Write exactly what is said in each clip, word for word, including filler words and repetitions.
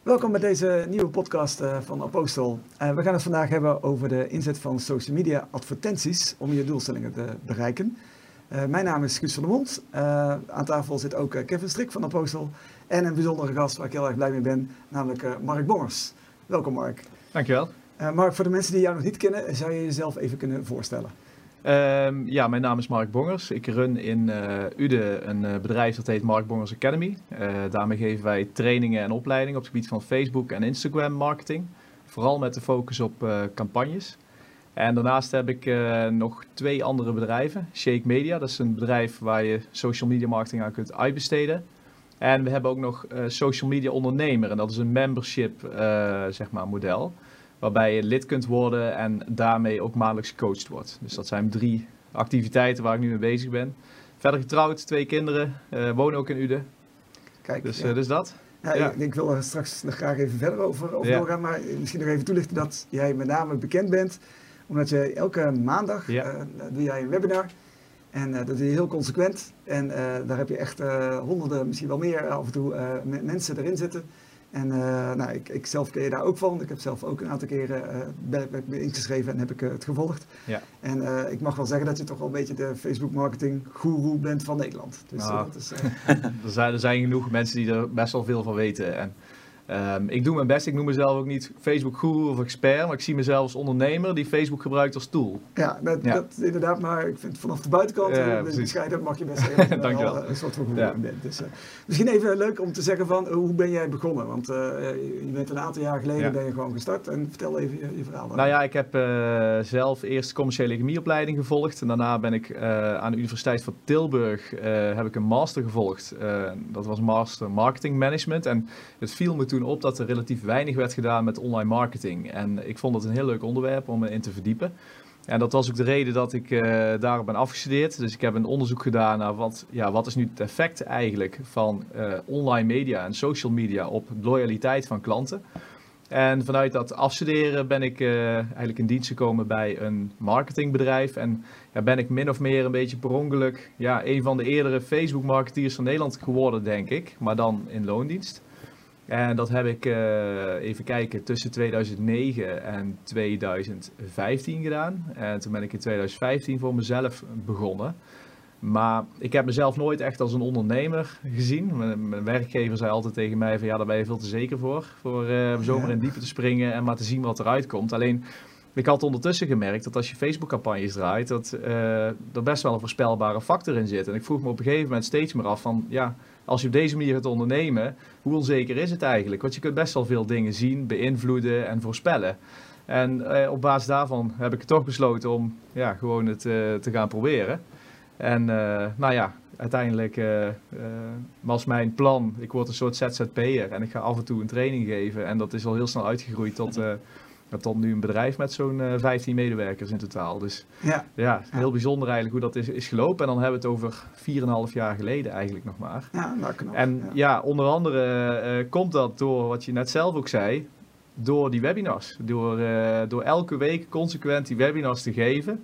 Welkom bij deze nieuwe podcast uh, van Apostel. Uh, we gaan het vandaag hebben over de inzet van social media advertenties om je doelstellingen te bereiken. Uh, mijn naam is Guus van der Mond. Uh, aan tafel zit ook uh, Kevin Strik van Apostel en een bijzondere gast waar ik heel erg blij mee ben, namelijk uh, Mark Bongers. Welkom Mark. Dankjewel. Uh, Mark, voor de mensen die jou nog niet kennen, zou je jezelf even kunnen voorstellen? Uh, ja, mijn naam is Mark Bongers. Ik run in uh, Uden een uh, bedrijf dat heet Mark Bongers Academy. Uh, daarmee geven wij trainingen en opleidingen op het gebied van Facebook en Instagram marketing. Vooral met de focus op uh, campagnes. En daarnaast heb ik uh, nog twee andere bedrijven. Shake Media, dat is een bedrijf waar je social media marketing aan kunt uitbesteden. En we hebben ook nog uh, Social Media Ondernemer en dat is een membership uh, zeg maar, model. Waarbij je lid kunt worden en daarmee ook maandelijks gecoacht wordt. Dus dat zijn drie activiteiten waar ik nu mee bezig ben. Verder getrouwd, twee kinderen, uh, wonen ook in Uden. Kijk, dus, ja. uh, dus dat. Ja, Ja. Ik, ik wil er straks nog graag even verder over, over Ja. doorgaan, maar misschien nog even toelichten dat jij met name bekend bent. Omdat je elke maandag Ja. uh, doe jij een webinar. En uh, dat doe je heel consequent. En uh, daar heb je echt uh, honderden, misschien wel meer af en toe uh, m- mensen erin zitten. En uh, nou, ik, ik zelf ken je daar ook van. Ik heb zelf ook een aantal keren uh, ben, ben ik ingeschreven en heb ik uh, het gevolgd. Ja. En uh, ik mag wel zeggen dat je toch wel een beetje de Facebook marketing goeroe bent van Nederland. Dus, Nou, uh, dat is, uh... er, zijn, er zijn genoeg mensen die er best wel veel van weten. En, um, ik doe mijn best. Ik noem mezelf ook niet Facebook guru of expert. Maar ik zie mezelf als ondernemer die Facebook gebruikt als tool. Ja, dat, Ja. dat inderdaad. Maar ik vind vanaf de buitenkant, Ja, uh, precies. bescheiden mag je best zeggen dat je Dank je wel wel. uh, een soort van goeroe Ja. bent. Dus, uh, misschien even leuk om te zeggen van uh, hoe ben jij begonnen? Want uh, je bent een aantal jaar geleden Ja. ben je gewoon gestart. En vertel even je, je verhaal. Nou ja, ik heb uh, zelf eerst commerciële economieopleiding gevolgd. En daarna ben ik uh, aan de Universiteit van Tilburg uh, heb ik een master gevolgd. Uh, dat was Master Marketing Management. En het viel me toen op dat er relatief weinig werd gedaan met online marketing. En ik vond het een heel leuk onderwerp om me in te verdiepen. En dat was ook de reden dat ik uh, daarop ben afgestudeerd. Dus ik heb een onderzoek gedaan naar wat, ja, wat is nu het effect eigenlijk van uh, online media en social media op de loyaliteit van klanten. En vanuit dat afstuderen ben ik uh, eigenlijk in dienst gekomen bij een marketingbedrijf. En ja, ben ik min of meer een beetje per ongeluk ja, een van de eerdere Facebook-marketeers van Nederland geworden, denk ik. Maar dan in loondienst. En dat heb ik, uh, even kijken, tussen tweeduizend negen en tweeduizend vijftien gedaan. En toen ben ik in tweeduizend vijftien voor mezelf begonnen. Maar ik heb mezelf nooit echt als een ondernemer gezien. Mijn, mijn werkgever zei altijd tegen mij van ja, daar ben je veel te zeker voor. Voor uh, zomaar in diepe te springen en maar te zien wat eruit komt. Alleen, ik had ondertussen gemerkt dat als je Facebook-campagnes draait, dat uh, er best wel een voorspelbare factor in zit. En ik vroeg me op een gegeven moment steeds meer af van ja, als je op deze manier gaat ondernemen, hoe onzeker is het eigenlijk? Want je kunt best wel veel dingen zien, beïnvloeden en voorspellen. En uh, op basis daarvan heb ik toch besloten om ja, gewoon het uh, te gaan proberen. En uh, nou ja, uiteindelijk uh, uh, was mijn plan, ik word een soort Z Z P'er en ik ga af en toe een training geven. En dat is al heel snel uitgegroeid tot, uh, tot nu een bedrijf met zo'n uh, vijftien medewerkers in totaal. Dus Ja. ja, heel bijzonder eigenlijk hoe dat is, is gelopen. En dan hebben we het over vier en een half jaar geleden eigenlijk nog maar. Ja, nou knap. En ja. ja, onder andere uh, komt dat door wat je net zelf ook zei, door die webinars. Door, uh, door elke week consequent die webinars te geven.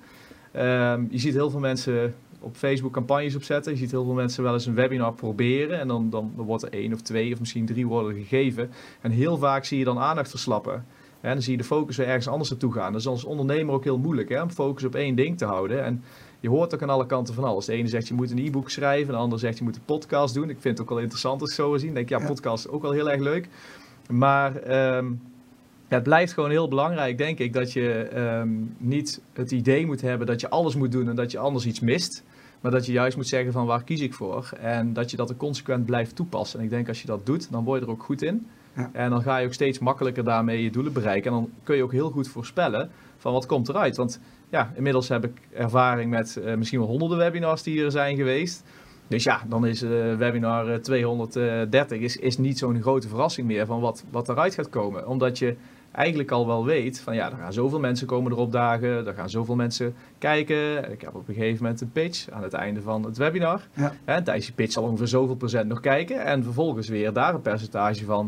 Um, je ziet heel veel mensen op Facebook campagnes opzetten. Je ziet heel veel mensen wel eens een webinar proberen. En dan, dan, dan wordt er één of twee of misschien drie worden gegeven. En heel vaak zie je dan aandacht verslappen. En dan zie je de focus weer ergens anders naartoe gaan. Dat is als ondernemer ook heel moeilijk, hè, om focus op één ding te houden. En je hoort ook aan alle kanten van alles. De ene zegt je moet een e-book schrijven. De andere zegt je moet een podcast doen. Ik vind het ook wel interessant als ik zo zie. Dan denk ik, ja, podcast is ook wel heel erg leuk. Maar um, ja, het blijft gewoon heel belangrijk, denk ik, dat je um, niet het idee moet hebben dat je alles moet doen en dat je anders iets mist. Maar dat je juist moet zeggen van waar kies ik voor. En dat je dat er consequent blijft toepassen. En ik denk als je dat doet, dan word je er ook goed in. Ja. En dan ga je ook steeds makkelijker daarmee je doelen bereiken. En dan kun je ook heel goed voorspellen van wat komt eruit. Want ja, inmiddels heb ik ervaring met uh, misschien wel honderden webinars die er zijn geweest. Dus ja, dan is uh, webinar uh, tweehonderddertig is, is niet zo'n grote verrassing meer van wat, wat eruit gaat komen. Omdat je eigenlijk al wel weet van ja, er gaan zoveel mensen komen erop dagen, er gaan zoveel mensen kijken. Ik heb op een gegeven moment een pitch aan het einde van het webinar. Ja. En tijdens die pitch zal ongeveer zoveel procent nog kijken en vervolgens weer daar een percentage van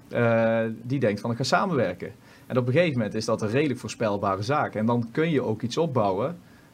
uh, die denkt van ik ga samenwerken. En op een gegeven moment is dat een redelijk voorspelbare zaak. En dan kun je ook iets opbouwen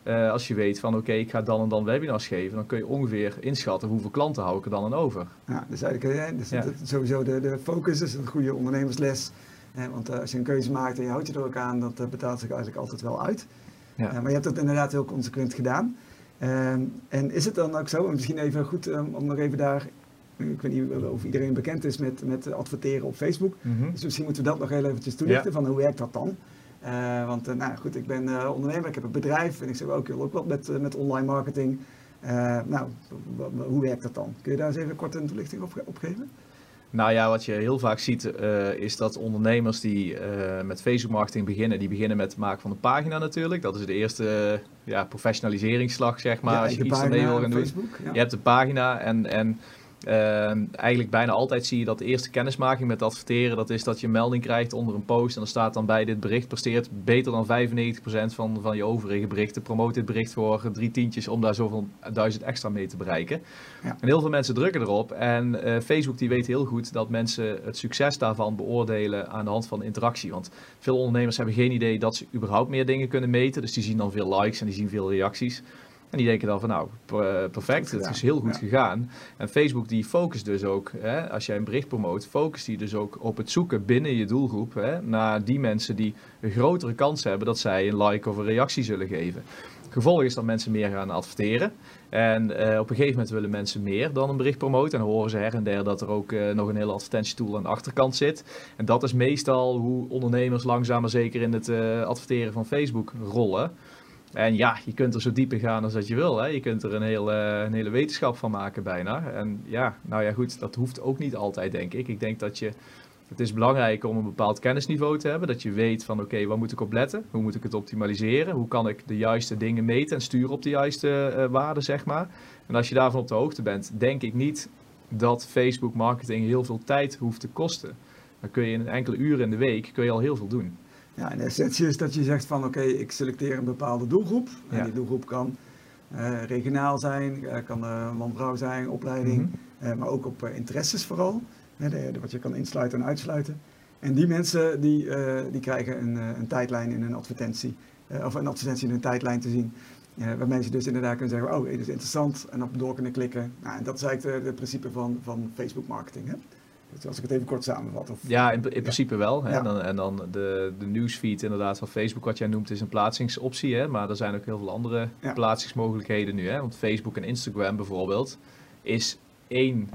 Uh, als je weet van oké, okay, ik ga dan en dan webinars geven, dan kun je ongeveer inschatten hoeveel klanten hou ik er dan aan over. Ja, dus eigenlijk ja, dus ja. Dat, sowieso de, de focus is een goede ondernemersles. Eh, want uh, als je een keuze maakt en je houdt je er ook aan, dat uh, betaalt zich eigenlijk altijd wel uit. Ja. Uh, maar je hebt dat inderdaad heel consequent gedaan. Uh, en is het dan ook zo, en misschien even goed um, om nog even daar, ik weet niet of iedereen bekend is met, met adverteren op Facebook. Mm-hmm. Dus misschien moeten we dat nog heel eventjes toelichten, ja. van hoe werkt dat dan? Uh, want uh, nou goed, ik ben uh, ondernemer, ik heb een bedrijf en ik zeg ook, ik wil ook wat met, uh, met online marketing. Uh, nou, w- w- hoe werkt dat dan? Kun je daar eens even kort een toelichting op, op geven? Nou ja, wat je heel vaak ziet uh, is dat ondernemers die uh, met Facebook marketing beginnen, die beginnen met het maken van een pagina natuurlijk. Dat is de eerste uh, ja, professionaliseringsslag, zeg maar, ja, als je iets ermee wil gaan doen. Facebook, ja. Je hebt een pagina en... en Uh, eigenlijk bijna altijd zie je dat de eerste kennismaking met adverteren, dat is dat je een melding krijgt onder een post en er staat dan bij dit bericht presteert beter dan vijfennegentig procent van, van je overige berichten. Promoot dit bericht voor drie tientjes om daar zoveel duizend extra mee te bereiken. Ja. En heel veel mensen drukken erop en uh, Facebook die weet heel goed dat mensen het succes daarvan beoordelen aan de hand van interactie. Want veel ondernemers hebben geen idee dat ze überhaupt meer dingen kunnen meten, dus die zien dan veel likes en die zien veel reacties. En die denken dan van nou, perfect, het is heel goed ja. gegaan. En Facebook die focust dus ook, hè, als jij een bericht promoot, focust die dus ook op het zoeken binnen je doelgroep hè, naar die mensen die een grotere kans hebben dat zij een like of een reactie zullen geven. Gevolg is dat mensen meer gaan adverteren. En uh, op een gegeven moment willen mensen meer dan een bericht promoten. En dan horen ze her en der dat er ook uh, nog een hele advertentietool aan de achterkant zit. En dat is meestal hoe ondernemers langzaam maar zeker in het uh, adverteren van Facebook rollen. En ja, je kunt er zo diep in gaan als dat je wil. Hè. Je kunt er een hele, een hele wetenschap van maken bijna. En ja, nou ja goed, dat hoeft ook niet altijd, denk ik. Ik denk dat je, het is belangrijk om een bepaald kennisniveau te hebben. Dat je weet van oké, okay, waar moet ik op letten? Hoe moet ik het optimaliseren? Hoe kan ik de juiste dingen meten en sturen op de juiste uh, waarden, zeg maar. En als je daarvan op de hoogte bent, denk ik niet dat Facebook marketing heel veel tijd hoeft te kosten. Dan kun je in enkele uren in de week kun je al heel veel doen. Ja, en de essentie is dat je zegt van oké, okay, ik selecteer een bepaalde doelgroep. En ja. die doelgroep kan uh, regionaal zijn, uh, kan uh, landbouw zijn, opleiding, mm-hmm. uh, maar ook op uh, interesses vooral. Hè, de, de, wat je kan insluiten en uitsluiten. En die mensen die, uh, die krijgen een, uh, een tijdlijn in een advertentie. Uh, of een advertentie in een tijdlijn te zien. Uh, waar mensen dus inderdaad kunnen zeggen, oh, dit is interessant. En op door kunnen klikken. Nou, en dat is eigenlijk het principe van, van Facebook marketing. Hè? Dus als ik het even kort samenvat. Of, ja, in, in principe ja. wel. Hè? Ja. En dan, en dan de, de newsfeed inderdaad van Facebook, wat jij noemt, is een plaatsingsoptie. Hè? Maar er zijn ook heel veel andere ja. plaatsingsmogelijkheden nu. Hè? Want Facebook en Instagram bijvoorbeeld is één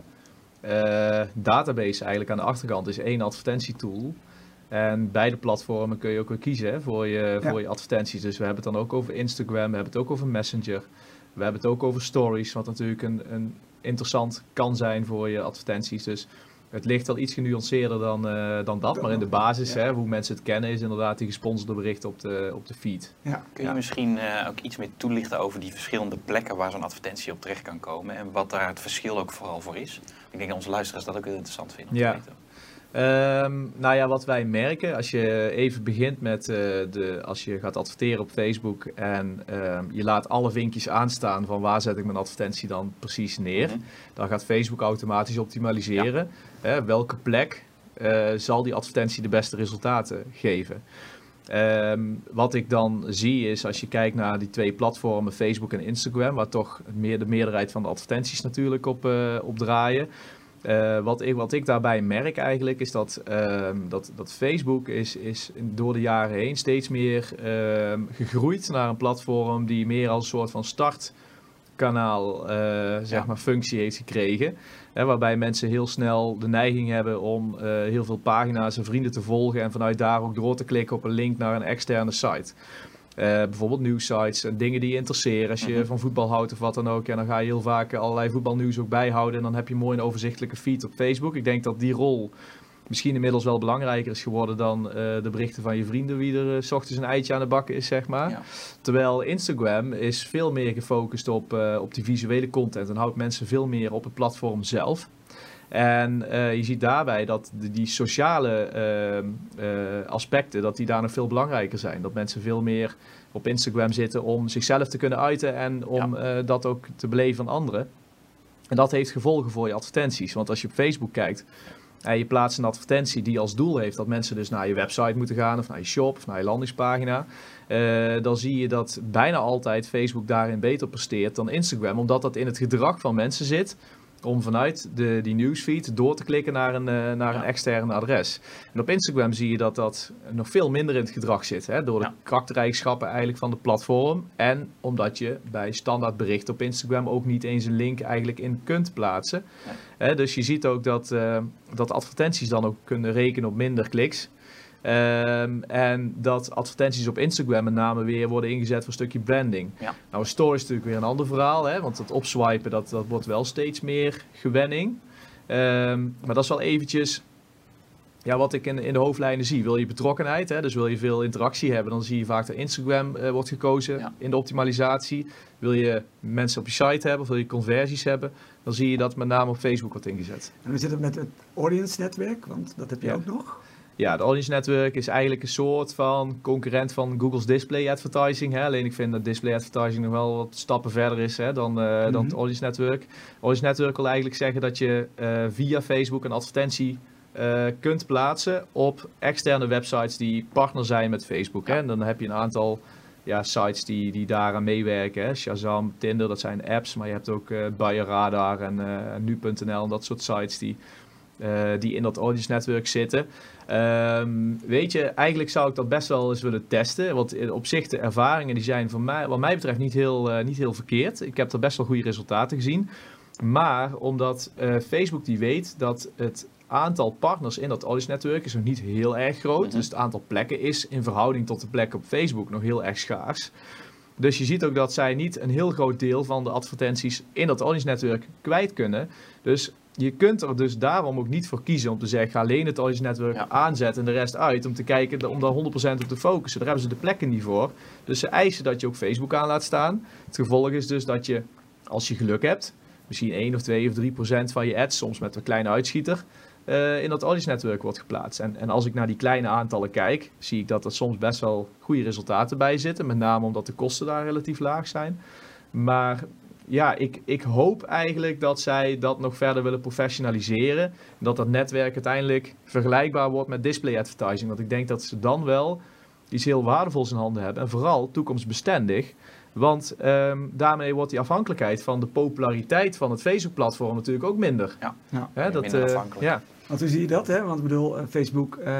uh, database eigenlijk aan de achterkant. Is één advertentietool. En beide platformen kun je ook weer kiezen hè, voor, je, ja. voor je advertenties. Dus we hebben het dan ook over Instagram, we hebben het ook over Messenger. We hebben het ook over Stories, wat natuurlijk een, een interessant kan zijn voor je advertenties. Dus het ligt al iets genuanceerder dan, uh, dan dat, maar in de basis, ja. hè, hoe mensen het kennen, is inderdaad die gesponsorde berichten op de, op de feed. Ja. Kun je ja. misschien uh, ook iets meer toelichten over die verschillende plekken waar zo'n advertentie op terecht kan komen en wat daar het verschil ook vooral voor is? Ik denk dat onze luisteraars dat ook heel interessant vinden om ja. te weten. Um, nou ja, wat wij merken, als je even begint met uh, de, als je gaat adverteren op Facebook en um, je laat alle vinkjes aanstaan van waar zet ik mijn advertentie dan precies neer, mm-hmm. dan gaat Facebook automatisch optimaliseren. Ja. Hè, welke plek uh, zal die advertentie de beste resultaten geven? Um, wat ik dan zie is, als je kijkt naar die twee platformen, Facebook en Instagram, waar toch meer de meerderheid van de advertenties natuurlijk op, uh, op draaien. Uh, wat, ik, wat ik daarbij merk eigenlijk is dat, uh, dat, dat Facebook is, is door de jaren heen steeds meer uh, gegroeid naar een platform die meer als een soort van startkanaal uh, zeg ja. maar functie heeft gekregen. Hè, waarbij mensen heel snel de neiging hebben om uh, heel veel pagina's en vrienden te volgen en vanuit daar ook door te klikken op een link naar een externe site. Uh, bijvoorbeeld nieuwsites en dingen die je interesseren. Als je mm-hmm. van voetbal houdt of wat dan ook. En dan ga je heel vaak allerlei voetbalnieuws ook bijhouden. En dan heb je mooi een overzichtelijke feed op Facebook. Ik denk dat die rol misschien inmiddels wel belangrijker is geworden dan uh, de berichten van je vrienden. Wie er uh, 's ochtends een eitje aan de bakken is, zeg maar. Ja. Terwijl Instagram is veel meer gefocust op, uh, op die visuele content. En houdt mensen veel meer op het platform zelf. En uh, je ziet daarbij dat de, die sociale uh, uh, aspecten, dat die daar nog veel belangrijker zijn. Dat mensen veel meer op Instagram zitten om zichzelf te kunnen uiten en om ja. uh, dat ook te beleven van anderen. En dat heeft gevolgen voor je advertenties. Want als je op Facebook kijkt, en je plaatst een advertentie die als doel heeft dat mensen dus naar je website moeten gaan of naar je shop of naar je landingspagina, uh, dan zie je dat bijna altijd Facebook daarin beter presteert dan Instagram, omdat dat in het gedrag van mensen zit om vanuit de, die newsfeed door te klikken naar een, uh, naar ja. een externe adres. En op Instagram zie je dat dat nog veel minder in het gedrag zit, hè, door de ja. karaktereigenschappen eigenlijk van de platform en omdat je bij standaard berichten op Instagram ook niet eens een link eigenlijk in kunt plaatsen. Ja. Hè, dus je ziet ook dat, uh, dat advertenties dan ook kunnen rekenen op minder kliks. Um, en dat advertenties op Instagram met name weer worden ingezet voor een stukje branding. Ja. Nou, story is natuurlijk weer een ander verhaal, hè, want het opswipen dat, dat wordt wel steeds meer gewenning. Um, maar dat is wel eventjes ja, wat ik in, in de hoofdlijnen zie. Wil je betrokkenheid, hè, dus wil je veel interactie hebben, dan zie je vaak dat Instagram uh, wordt gekozen ja. in de optimalisatie. Wil je mensen op je site hebben of wil je conversies hebben, dan zie je dat met name op Facebook wordt ingezet. En hoe zit het met het audience netwerk, want dat heb je ja. ook nog? Ja, de Audience Network is eigenlijk een soort van concurrent van Google's Display Advertising. Hè. Alleen ik vind dat Display Advertising nog wel wat stappen verder is hè, dan, uh, mm-hmm. dan het Audience Network. Audience Network wil eigenlijk zeggen dat je uh, via Facebook een advertentie uh, kunt plaatsen op externe websites die partner zijn met Facebook. Hè. En dan heb je een aantal ja, sites die, die daaraan meewerken. Hè. Shazam, Tinder, dat zijn apps. Maar je hebt ook uh, Buyer Radar en uh, nu punt n l en dat soort sites die... Uh, die in dat audience netwerk zitten. Um, weet je, eigenlijk zou ik dat best wel eens willen testen. Want op zich de ervaringen die zijn voor mij, wat mij betreft niet heel, uh, niet heel verkeerd. Ik heb er best wel goede resultaten gezien. Maar omdat uh, Facebook die weet dat het aantal partners in dat audience netwerk is nog niet heel erg groot. Mm-hmm. Dus het aantal plekken is in verhouding tot de plekken op Facebook nog heel erg schaars. Dus je ziet ook dat zij niet een heel groot deel van de advertenties in dat audience netwerk kwijt kunnen. Dus je kunt er dus daarom ook niet voor kiezen om te zeggen, ga alleen het audience netwerk ja. aanzetten en de rest uit. Om te kijken, om daar honderd procent op te focussen. Daar hebben ze de plekken niet voor. Dus ze eisen dat je ook Facebook aan laat staan. Het gevolg is dus dat je, als je geluk hebt, misschien één of twee of drie procent van je ads, soms met een kleine uitschieter, uh, in dat audience netwerk wordt geplaatst. En, en als ik naar die kleine aantallen kijk, zie ik dat er soms best wel goede resultaten bij zitten. Met name omdat de kosten daar relatief laag zijn. Maar ja, ik, ik hoop eigenlijk dat zij dat nog verder willen professionaliseren. Dat dat netwerk uiteindelijk vergelijkbaar wordt met display advertising. Want ik denk dat ze dan wel iets heel waardevols in handen hebben. En vooral toekomstbestendig. Want um, daarmee wordt die afhankelijkheid van de populariteit van het Facebook-platform natuurlijk ook minder. Ja, ja. Hè, dat, minder afhankelijk. Uh, ja. Want hoe zie je dat? Hè? Want ik bedoel, uh, Facebook uh,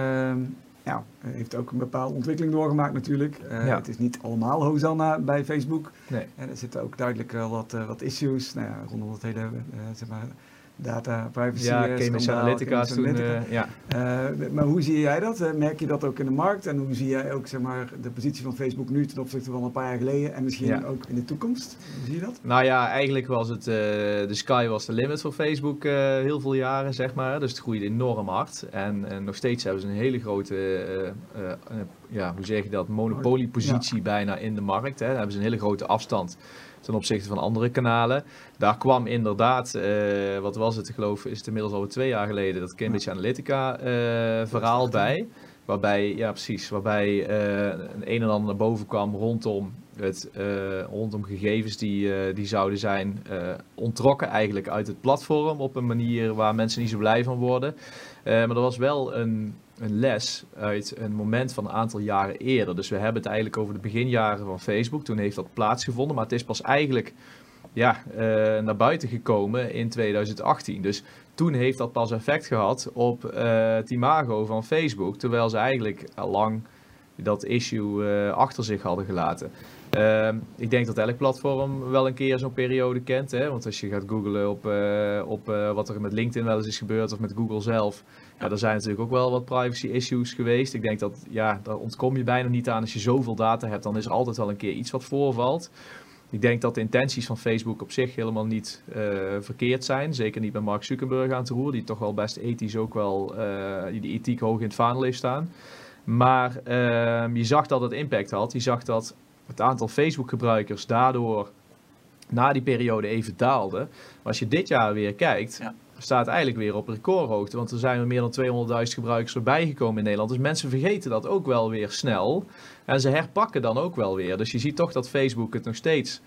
ja, heeft ook een bepaalde ontwikkeling doorgemaakt natuurlijk. Uh, ja. Het is niet allemaal Hosanna bij Facebook. Nee. En er zitten ook duidelijk uh, wat, uh, wat issues nou ja, rondom het hele uh, zeg maar, data privacy. Ja, Cambridge Analytica toen. Uh, ja. uh, maar hoe zie jij dat? Uh, merk je dat ook in de markt? En hoe zie jij ook zeg maar, de positie van Facebook nu ten opzichte van een paar jaar geleden en misschien ja. ook in de toekomst? Hoe zie je dat? Nou ja, eigenlijk was het, uh, de sky was the limit voor Facebook uh, heel veel jaren, zeg maar. Dus het groeide enorm hard. En, en nog steeds hebben ze een hele grote, uh, uh, uh, ja, hoe zeg je dat, monopoliepositie ja. bijna in de markt. Hè. Daar hebben ze een hele grote afstand ten opzichte van andere kanalen. Daar kwam inderdaad, uh, wat was het, ik geloof, is het inmiddels alweer twee jaar geleden, dat Cambridge Analytica uh, verhaal bij. Waarbij, ja precies, waarbij uh, een een en ander naar boven kwam rondom, het, uh, rondom gegevens die, uh, die zouden zijn uh, onttrokken eigenlijk uit het platform op een manier waar mensen niet zo blij van worden. Uh, maar er was wel een, een les uit een moment van een aantal jaren eerder. Dus we hebben het eigenlijk over de beginjaren van Facebook. Toen heeft dat plaatsgevonden, maar het is pas eigenlijk ja, uh, naar buiten gekomen in tweeduizend achttien. Dus toen heeft dat pas effect gehad op uh, het imago van Facebook. Terwijl ze eigenlijk al lang dat issue uh, achter zich hadden gelaten. Uh, ik denk dat elk platform wel een keer zo'n periode kent. Hè? Want als je gaat googlen op, uh, op uh, wat er met LinkedIn wel eens is gebeurd of met Google zelf. Ja, er zijn natuurlijk ook wel wat privacy issues geweest. Ik denk dat, ja, daar ontkom je bijna niet aan. Als je zoveel data hebt, dan is er altijd wel een keer iets wat voorvalt. Ik denk dat de intenties van Facebook op zich helemaal niet uh, verkeerd zijn. Zeker niet met Mark Zuckerberg aan te roeren, die toch wel best ethisch ook wel uh, die de ethiek hoog in het vaandel heeft staan. Maar uh, je zag dat het impact had. Je zag dat het aantal Facebook-gebruikers daardoor na die periode even daalde. Maar als je dit jaar weer kijkt, ja. staat eigenlijk weer op recordhoogte. Want er zijn er meer dan tweehonderdduizend gebruikers erbij gekomen in Nederland. Dus mensen vergeten dat ook wel weer snel. En ze herpakken dan ook wel weer. Dus je ziet toch dat Facebook het nog steeds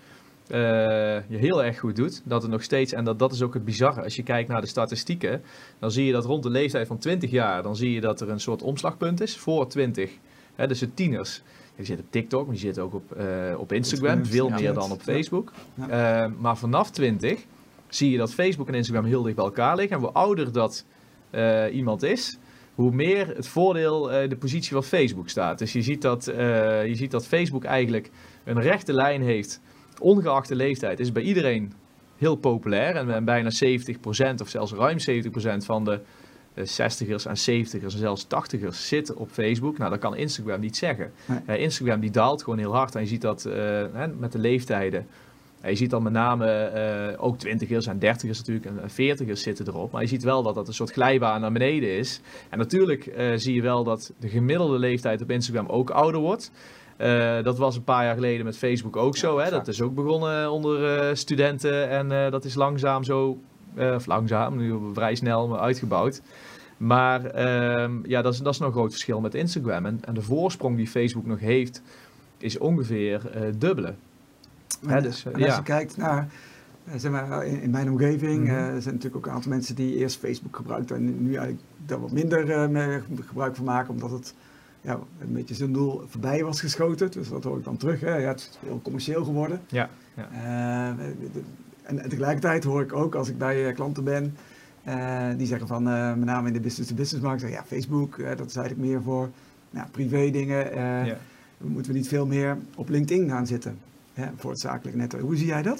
uh, je heel erg goed doet. Dat het nog steeds, en dat, dat is ook het bizarre. Als je kijkt naar de statistieken, dan zie je dat rond de leeftijd van twintig jaar, dan zie je dat er een soort omslagpunt is voor twintig. Hè, dus de tieners. Die zitten op TikTok, maar die zitten ook op, uh, op Instagram, veel meer dan op Facebook. Ja. Uh, maar vanaf twintig zie je dat Facebook en Instagram heel dicht bij elkaar liggen. En hoe ouder dat uh, iemand is, hoe meer het voordeel uh, de positie van Facebook staat. Dus je ziet, dat, uh, je ziet dat Facebook eigenlijk een rechte lijn heeft, ongeacht de leeftijd. Is bij iedereen heel populair en, en bijna zeventig procent of zelfs ruim zeventig procent van de uh, zestigers en zeventigers en zelfs tachtigers zitten op Facebook. Nou, dat kan Instagram niet zeggen. Nee. Uh, Instagram die daalt gewoon heel hard en je ziet dat uh, hè, met de leeftijden. Uh, je ziet dan met name uh, ook twintigers en dertigers natuurlijk en veertigers zitten erop. Maar je ziet wel dat dat een soort glijbaan naar beneden is. En natuurlijk uh, zie je wel dat de gemiddelde leeftijd op Instagram ook ouder wordt. Uh, dat was een paar jaar geleden met Facebook ook zo. Hè? Dat is ook begonnen onder uh, studenten en uh, dat is langzaam zo, uh, of langzaam, nu vrij snel uitgebouwd. Maar uh, ja, dat is, dat is nog een groot verschil met Instagram. En, en de voorsprong die Facebook nog heeft, is ongeveer uh, dubbele. Hè, dus, uh, en als ja. je kijkt naar, uh, zeg maar, in, in mijn omgeving, mm-hmm. uh, er zijn natuurlijk ook een aantal mensen die eerst Facebook gebruikten en nu eigenlijk daar wat minder uh, gebruik van maken, omdat het ja, een beetje zijn doel voorbij was geschoten. Dus dat hoor ik dan terug. Hè. Ja, het is heel commercieel geworden. Ja, ja. Uh, de, en, en tegelijkertijd hoor ik ook als ik bij uh, klanten ben, uh, die zeggen van, uh, met name in de business-to-business markt, zeggen, ja, Facebook, uh, dat is eigenlijk meer voor nou, privé dingen. Uh, ja. Moeten we niet veel meer op LinkedIn gaan zitten, hè, voor het zakelijke netwerk. Hoe zie jij dat?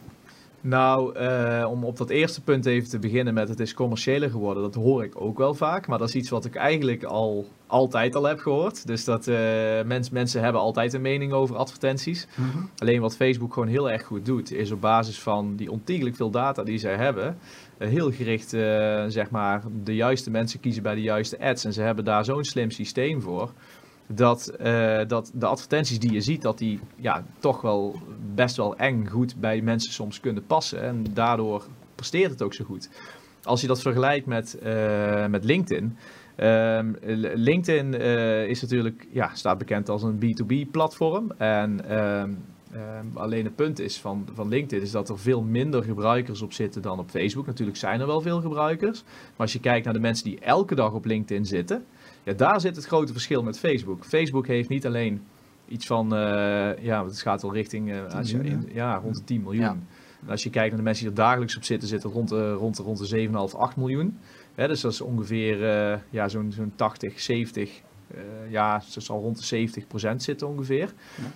Nou, uh, om op dat eerste punt even te beginnen met het is commerciëler geworden, dat hoor ik ook wel vaak. Maar dat is iets wat ik eigenlijk al altijd al heb gehoord. Dus dat uh, mens, mensen hebben altijd een mening over advertenties. Mm-hmm. Alleen wat Facebook gewoon heel erg goed doet, is op basis van die ontiegelijk veel data die zij hebben, uh, heel gericht, uh, zeg maar, de juiste mensen kiezen bij de juiste ads. En ze hebben daar zo'n slim systeem voor. Dat, uh, dat de advertenties die je ziet, dat die ja, toch wel best wel eng goed bij mensen soms kunnen passen. En daardoor presteert het ook zo goed. Als je dat vergelijkt met, uh, met LinkedIn. Uh, LinkedIn uh, is natuurlijk, ja, staat bekend als een B twee B platform. En uh, uh, alleen het punt is van, van LinkedIn is dat er veel minder gebruikers op zitten dan op Facebook. Natuurlijk zijn er wel veel gebruikers. Maar als je kijkt naar de mensen die elke dag op LinkedIn zitten, ja, daar zit het grote verschil met Facebook. Facebook heeft niet alleen iets van, uh, ja, het gaat wel richting, uh, als je in, ja, rond de tien miljoen. Ja. En als je kijkt naar de mensen die er dagelijks op zitten, zitten rond de, rond de, rond de zeven komma vijf, acht miljoen. Hè, dus dat is ongeveer uh, ja, zo'n zo'n tachtig, zeventig, uh, ja, ze zal rond de zeventig procent zitten ongeveer.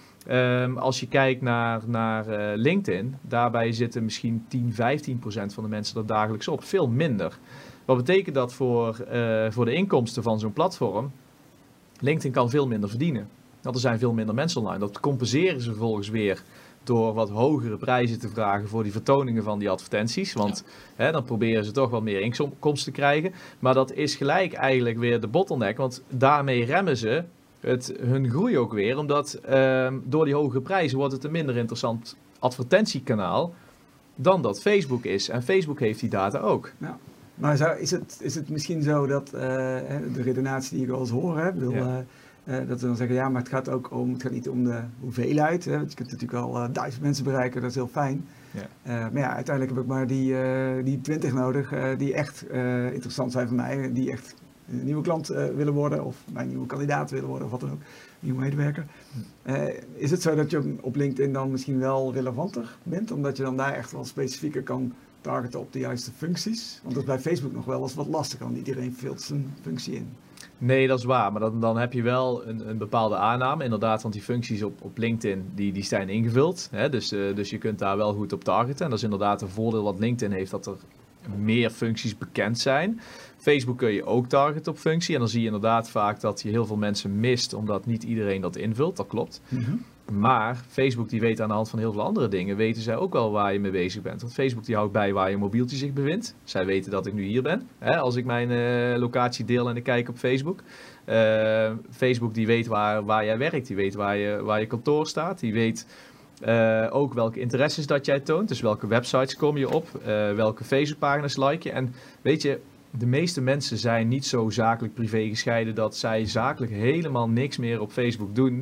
Ja. Um, als je kijkt naar, naar uh, LinkedIn, daarbij zitten misschien tien, vijftien procent van de mensen er dagelijks op. Veel minder. Wat betekent dat voor, uh, voor de inkomsten van zo'n platform? LinkedIn kan veel minder verdienen. Want er zijn veel minder mensen online. Dat compenseren ze vervolgens weer door wat hogere prijzen te vragen voor die vertoningen van die advertenties. Want ja. hè, dan proberen ze toch wel meer inkomsten te krijgen. Maar dat is gelijk eigenlijk weer de bottleneck. Want daarmee remmen ze het, hun groei ook weer. Omdat uh, door die hogere prijzen wordt het een minder interessant advertentiekanaal dan dat Facebook is. En Facebook heeft die data ook. Ja. Maar zou, is, het, is het misschien zo dat uh, de redenatie die ik wel eens hoor, hè, wil, ja. uh, uh, dat we dan zeggen, ja, maar het gaat ook om, het gaat niet om de hoeveelheid. Hè, want je kunt natuurlijk al uh, duizend mensen bereiken, dat is heel fijn. Ja. Uh, maar ja, uiteindelijk heb ik maar die, uh, die twintig nodig, uh, die echt uh, interessant zijn voor mij, die echt een nieuwe klant uh, willen worden, of mijn nieuwe kandidaat willen worden, of wat dan ook, nieuwe medewerker. Uh, is het zo dat je op LinkedIn dan misschien wel relevanter bent, omdat je dan daar echt wel specifieker kan targeten op de juiste functies? Want dat is bij Facebook nog wel eens wat lastiger, want iedereen vult zijn functie in. Nee, dat is waar, maar dan, dan heb je wel een, een bepaalde aanname, inderdaad, want die functies op, op LinkedIn, die, die zijn ingevuld. Hè? Dus, uh, dus je kunt daar wel goed op targeten. En dat is inderdaad een voordeel wat LinkedIn heeft, dat er meer functies bekend zijn. Facebook kun je ook targeten op functie en dan zie je inderdaad vaak dat je heel veel mensen mist, omdat niet iedereen dat invult, dat klopt. Mm-hmm. Maar Facebook die weet aan de hand van heel veel andere dingen, weten zij ook wel waar je mee bezig bent. Want Facebook die houdt bij waar je mobieltje zich bevindt. Zij weten dat ik nu hier ben, hè, als ik mijn uh, locatie deel en ik kijk op Facebook. Uh, Facebook die weet waar, waar jij werkt, die weet waar je, waar je kantoor staat, die weet uh, ook welke interesses dat jij toont. Dus welke websites kom je op, uh, welke Facebookpagina's like je. En weet je, de meeste mensen zijn niet zo zakelijk privé gescheiden dat zij zakelijk helemaal niks meer op Facebook doen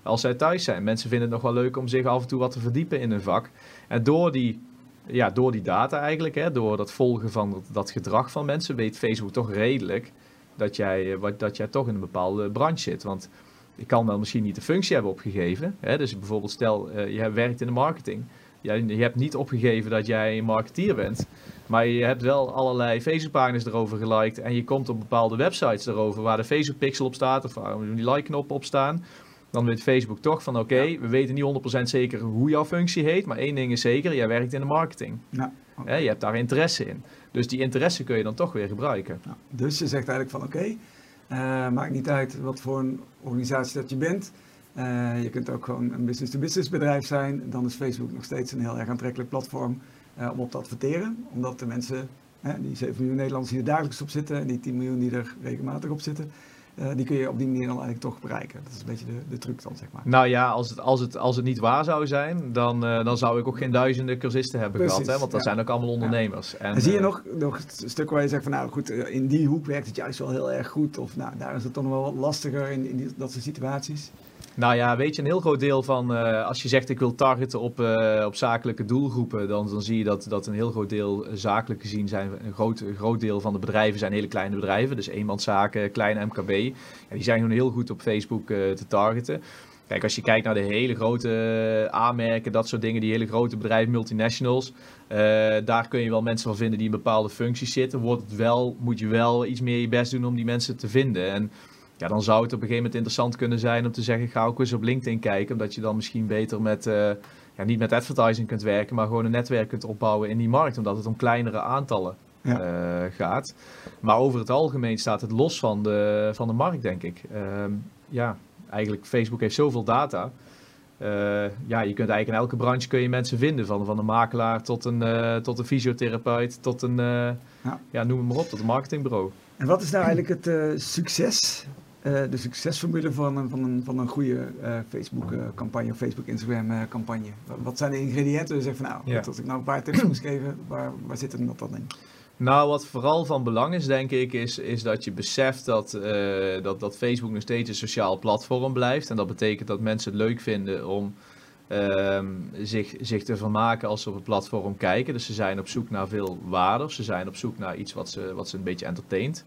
als zij thuis zijn. Mensen vinden het nog wel leuk om zich af en toe wat te verdiepen in een vak. En door die, ja, door die data eigenlijk, hè, door dat volgen van dat, dat gedrag van mensen, weet Facebook toch redelijk dat jij, wat, dat jij toch in een bepaalde branche zit. Want je kan wel misschien niet de functie hebben opgegeven. Hè? Dus bijvoorbeeld stel, uh, je werkt in de marketing. Ja, je hebt niet opgegeven dat jij een marketeer bent. Maar je hebt wel allerlei Facebookpagina's erover geliked. En je komt op bepaalde websites erover waar de Facebook pixel op staat. Of waar die like-knoppen op staan. Dan weet Facebook toch van oké, okay, ja. we weten niet honderd procent zeker hoe jouw functie heet. Maar één ding is zeker, jij werkt in de marketing. Ja, okay. Je hebt daar interesse in. Dus die interesse kun je dan toch weer gebruiken. Ja, dus je zegt eigenlijk van oké, okay, uh, maakt niet uit wat voor een organisatie dat je bent. Uh, je kunt ook gewoon een business-to-business bedrijf zijn. Dan is Facebook nog steeds een heel erg aantrekkelijk platform uh, om op te adverteren. Omdat de mensen, uh, die zeven miljoen Nederlanders die er dagelijks op zitten en die tien miljoen die er regelmatig op zitten, Uh, die kun je op die manier dan eigenlijk toch bereiken. Dat is een beetje de, de truc dan, zeg maar. Nou ja, als het, als het, als het niet waar zou zijn, dan, uh, dan zou ik ook geen duizenden cursisten hebben Precies, gehad. Hè? Want dat ja. zijn ook allemaal ondernemers. Ja. En, en zie je uh, nog, nog stukken waar je zegt van nou goed, in die hoek werkt het juist wel heel erg goed. Of nou, daar is het dan wel wat lastiger in, in die, dat soort situaties. Nou ja, weet je, een heel groot deel van, uh, als je zegt ik wil targeten op, uh, op zakelijke doelgroepen, dan, dan zie je dat, dat een heel groot deel uh, zakelijk gezien zijn. Een groot, een groot deel van de bedrijven zijn hele kleine bedrijven, dus eenmanszaken, kleine M K B. Ja, die zijn gewoon heel goed op Facebook uh, te targeten. Kijk, als je kijkt naar de hele grote uh, aanmerken, dat soort dingen, die hele grote bedrijven, multinationals, uh, daar kun je wel mensen van vinden die in bepaalde functies zitten. Wordt het wel, moet je wel iets meer je best doen om die mensen te vinden. En ja, dan zou het op een gegeven moment interessant kunnen zijn om te zeggen, ga ook eens op LinkedIn kijken. Omdat je dan misschien beter met, uh, ja, niet met advertising kunt werken, maar gewoon een netwerk kunt opbouwen in die markt. Omdat het om kleinere aantallen ja. uh, gaat. Maar over het algemeen staat het los van de, van de markt, denk ik. Uh, ja, eigenlijk Facebook heeft zoveel data. Uh, ja, je kunt eigenlijk in elke branche kun je mensen vinden. Van, van een makelaar tot een, uh, tot een fysiotherapeut, tot een, uh, ja. Ja, noem het maar op, tot een marketingbureau. En wat is nou eigenlijk het uh, succes, uh, de succesformule van een, van een, van een goede uh, Facebook-campagne of Facebook-Instagram-campagne? Wat, wat zijn de ingrediënten? Dus zeg van nou, ja. als ik nou een paar tips moest geven, waar, waar zit het dan in? Nou, wat vooral van belang is, denk ik, is, is dat je beseft dat, uh, dat, dat Facebook nog steeds een sociaal platform blijft. En dat betekent dat mensen het leuk vinden om uh, zich, zich te vermaken als ze op het platform kijken. Dus ze zijn op zoek naar veel waarde, ze zijn op zoek naar iets wat ze, wat ze een beetje entertaint.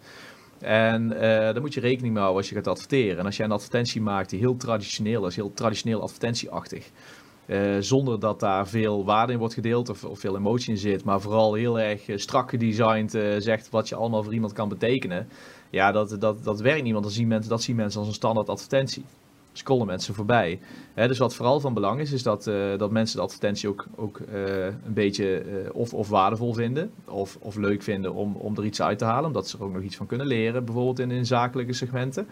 En uh, daar moet je rekening mee houden als je gaat adverteren. En als jij een advertentie maakt die heel traditioneel is, heel traditioneel advertentieachtig. Uh, zonder dat daar veel waarde in wordt gedeeld of, of veel emotie in zit, maar vooral heel erg uh, strak gedesigned uh, zegt wat je allemaal voor iemand kan betekenen. Ja, dat, dat, dat werkt niet, want dan zien mensen, dat zien mensen als een standaard advertentie. Scrollen mensen voorbij. Hè, dus wat vooral van belang is, is dat, uh, dat mensen de advertentie ook, ook uh, een beetje uh, of, of waardevol vinden, of, of leuk vinden om, om er iets uit te halen, omdat ze er ook nog iets van kunnen leren, bijvoorbeeld in, in zakelijke segmenten.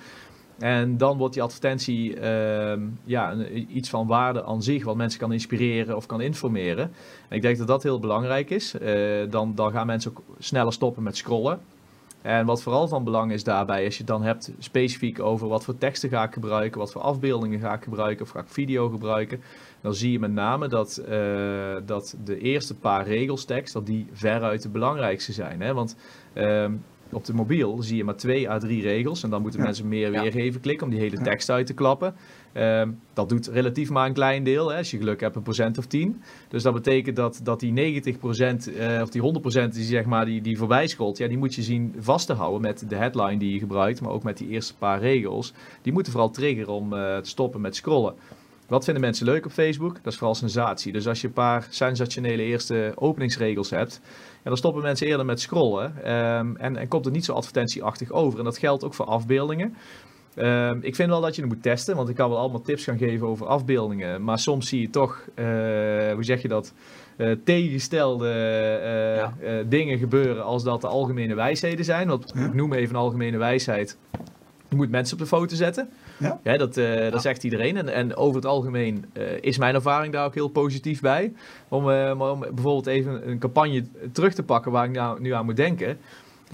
En dan wordt die advertentie uh, ja, een, iets van waarde aan zich, wat mensen kan inspireren of kan informeren. En ik denk dat dat heel belangrijk is. Uh, dan, dan gaan mensen ook sneller stoppen met scrollen. En wat vooral van belang is daarbij, als je het dan hebt specifiek over wat voor teksten ga ik gebruiken, wat voor afbeeldingen ga ik gebruiken of ga ik video gebruiken, dan zie je met name dat, uh, dat de eerste paar regels tekst, dat die veruit de belangrijkste zijn. Hè? Want uh, op de mobiel zie je maar twee à drie regels en dan moeten ja. mensen meer weergeven klikken om die hele tekst uit te klappen. Um, dat doet relatief maar een klein deel, hè. Als je geluk hebt een procent of tien. Dus dat betekent dat, dat die negentig procent uh, of die honderd procent die, zeg maar, die, die voorbij scrolt, ja, die moet je zien vast te houden met de headline die je gebruikt, maar ook met die eerste paar regels. Die moeten vooral triggeren om uh, te stoppen met scrollen. Wat vinden mensen leuk op Facebook? Dat is vooral sensatie. Dus als je een paar sensationele eerste openingsregels hebt, ja, dan stoppen mensen eerder met scrollen. Um, en, en komt het niet zo advertentieachtig over. En dat geldt ook voor afbeeldingen. Um, ik vind wel dat je het moet testen, want ik kan wel allemaal tips gaan geven over afbeeldingen. Maar soms zie je toch, uh, hoe zeg je dat, uh, tegengestelde uh, ja. uh, dingen gebeuren als dat de algemene wijsheden zijn. Want ja. ik noem even een algemene wijsheid. Je moet mensen op de foto zetten. Ja. Ja, dat, uh, ja. dat zegt iedereen. En, en over het algemeen uh, is mijn ervaring daar ook heel positief bij. Om, uh, om bijvoorbeeld even een campagne terug te pakken waar ik nou, nu aan moet denken.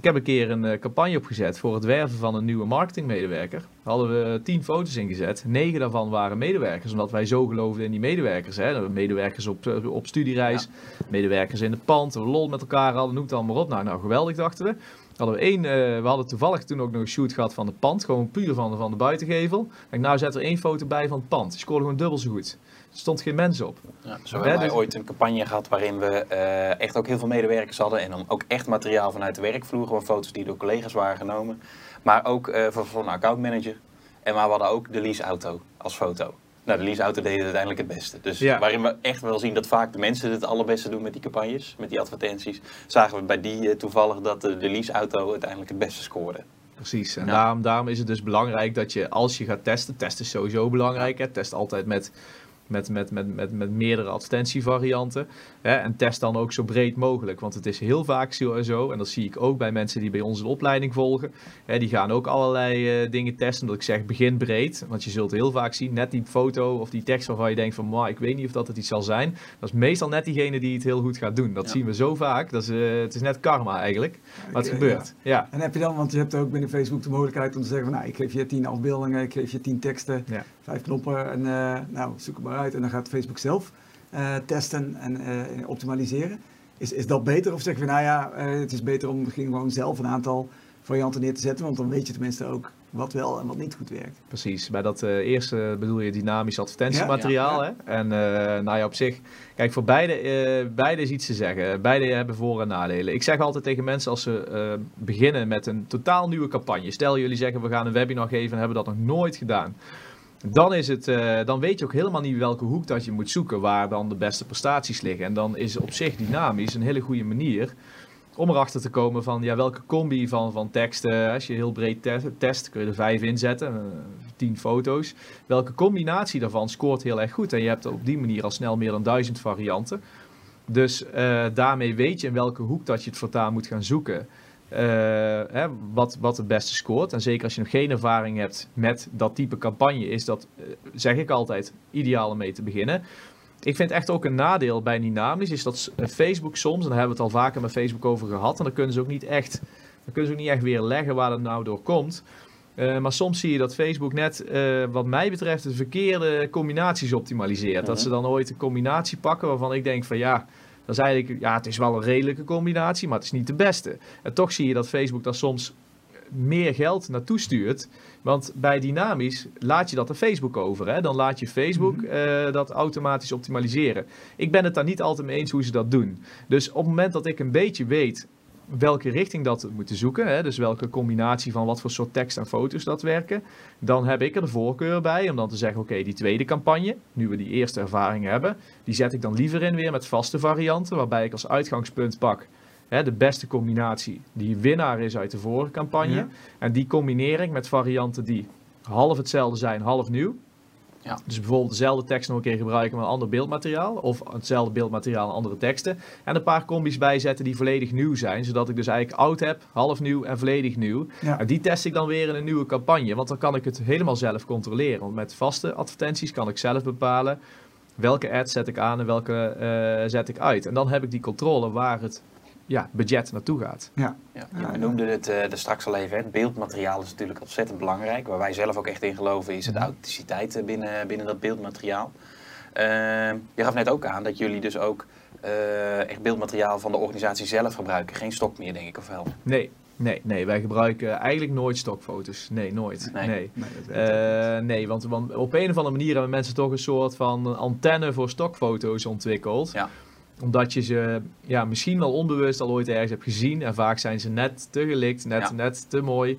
Ik heb een keer een uh, campagne opgezet voor het werven van een nieuwe marketingmedewerker. Daar hadden we tien foto's ingezet. Negen daarvan waren medewerkers, omdat wij zo geloofden in die medewerkers. Hè. Medewerkers op, uh, op studiereis, ja. medewerkers in het pand, we lol met elkaar hadden, noem het allemaal op. Nou, nou geweldig dachten we. Hadden we, één, uh, we hadden toevallig toen ook nog een shoot gehad van het pand, gewoon puur van de, van de buitengevel. Denk, nou zet er één foto bij van het pand. Die scoorde gewoon dubbel zo goed. Er stond geen mens op. Ja, zo hebben wij dus ooit een campagne gehad waarin we uh, echt ook heel veel medewerkers hadden. En dan ook echt materiaal vanuit de werkvloer. Gewoon foto's die door collega's waren genomen. Maar ook uh, van, van een accountmanager. En maar we hadden ook de leaseauto als foto. Nou, de leaseauto deed het uiteindelijk het beste. Dus ja. waarin we echt wel zien dat vaak de mensen het allerbeste doen met die campagnes. Met die advertenties. Zagen we bij die uh, toevallig dat uh, de leaseauto uiteindelijk het beste scoorde. Precies, en ja. daarom, daarom is het dus belangrijk dat je, als je gaat testen, testen is sowieso belangrijk, hè? Test altijd met, met, met, met, met, met meerdere advertentievarianten, hè? En test dan ook zo breed mogelijk, want het is heel vaak zo, en dat zie ik ook bij mensen die bij ons een opleiding volgen, hè? Die gaan ook allerlei uh, dingen testen, dat ik zeg begin breed, want je zult heel vaak zien, net die foto of die tekst waarvan je denkt van, maar ik weet niet of dat het iets zal zijn, dat is meestal net diegene die het heel goed gaat doen, dat ja. zien we zo vaak, dat is, uh, het is net karma eigenlijk, maar het gebeurt. Ja. Ja. En heb je dan, want je hebt ook binnen Facebook de mogelijkheid om te zeggen van, nou, ik geef je tien afbeeldingen, ik geef je tien teksten, ja. vijf knoppen en uh, nou, zoek het maar uit en dan gaat Facebook zelf uh, testen en uh, optimaliseren. Is, is dat beter of zeggen we, nou ja, uh, het is beter om gewoon zelf een aantal varianten neer te zetten, want dan weet je tenminste ook wat wel en wat niet goed werkt. Precies, bij dat uh, eerste bedoel je dynamisch advertentiemateriaal. Ja, ja, ja. Hè? En uh, nou ja, op zich, kijk, voor beide, uh, beide is iets te zeggen. Beide hebben voor- en nadelen. Ik zeg altijd tegen mensen als ze uh, beginnen met een totaal nieuwe campagne. Stel jullie zeggen we gaan een webinar geven en hebben dat nog nooit gedaan. Dan, is het, uh, dan weet je ook helemaal niet welke hoek dat je moet zoeken waar dan de beste prestaties liggen. En dan is op zich dynamisch een hele goede manier om erachter te komen van ja, welke combi van, van teksten, als je heel breed te test, kun je er vijf inzetten, uh, tien foto's. Welke combinatie daarvan scoort heel erg goed en je hebt op die manier al snel meer dan duizend varianten. Dus uh, daarmee weet je in welke hoek dat je het voortaan moet gaan zoeken. Uh, hè, wat, wat het beste scoort. En zeker als je nog geen ervaring hebt met dat type campagne, is dat, uh, zeg ik altijd, ideaal om mee te beginnen. Ik vind echt ook een nadeel bij dynamisch, is dat Facebook soms, en daar hebben we het al vaker met Facebook over gehad, en dan kunnen ze ook niet echt, dan kunnen ze ook niet echt weer leggen waar het nou door komt. Uh, maar soms zie je dat Facebook net, uh, wat mij betreft, de verkeerde combinaties optimaliseert. Mm-hmm. Dat ze dan ooit een combinatie pakken waarvan ik denk van ja, dat is eigenlijk, ja, het is wel een redelijke combinatie, maar het is niet de beste. En toch zie je dat Facebook daar soms meer geld naartoe stuurt. Want bij dynamisch laat je dat aan Facebook over. Hè? Dan laat je Facebook mm-hmm. uh, dat automatisch optimaliseren. Ik ben het daar niet altijd mee eens hoe ze dat doen. Dus op het moment dat ik een beetje weet welke richting dat we moeten zoeken, hè, dus welke combinatie van wat voor soort tekst en foto's dat werken, dan heb ik er de voorkeur bij om dan te zeggen, oké, okay, die tweede campagne, nu we die eerste ervaring hebben, die zet ik dan liever in weer met vaste varianten, waarbij ik als uitgangspunt pak hè, de beste combinatie die winnaar is uit de vorige campagne. Ja. En die combineer ik met varianten die half hetzelfde zijn, half nieuw. Ja. Dus bijvoorbeeld dezelfde tekst nog een keer gebruiken met een ander beeldmateriaal. Of hetzelfde beeldmateriaal en andere teksten. En een paar combi's bijzetten die volledig nieuw zijn. Zodat ik dus eigenlijk oud heb, half nieuw en volledig nieuw. Ja. En die test ik dan weer in een nieuwe campagne. Want dan kan ik het helemaal zelf controleren. Want met vaste advertenties kan ik zelf bepalen welke ads zet ik aan en welke uh, zet ik uit. En dan heb ik die controle waar het ja, budget naartoe gaat. Ja. Ja, ja, we noemden het uh, er straks al even. Het beeldmateriaal is natuurlijk ontzettend belangrijk. Waar wij zelf ook echt in geloven is de authenticiteit binnen, binnen dat beeldmateriaal. Uh, je gaf net ook aan dat jullie dus ook uh, echt beeldmateriaal van de organisatie zelf gebruiken. Geen stok meer, denk ik, of wel? Nee. Nee, nee, wij gebruiken eigenlijk nooit stokfoto's. Nee, nooit. Nee, nee. Nee, uh, nee want, want op een of andere manier hebben mensen toch een soort van antenne voor stokfoto's ontwikkeld. Ja. Omdat je ze ja, misschien wel onbewust al ooit ergens hebt gezien. En vaak zijn ze net te gelikt, net, ja. net te mooi.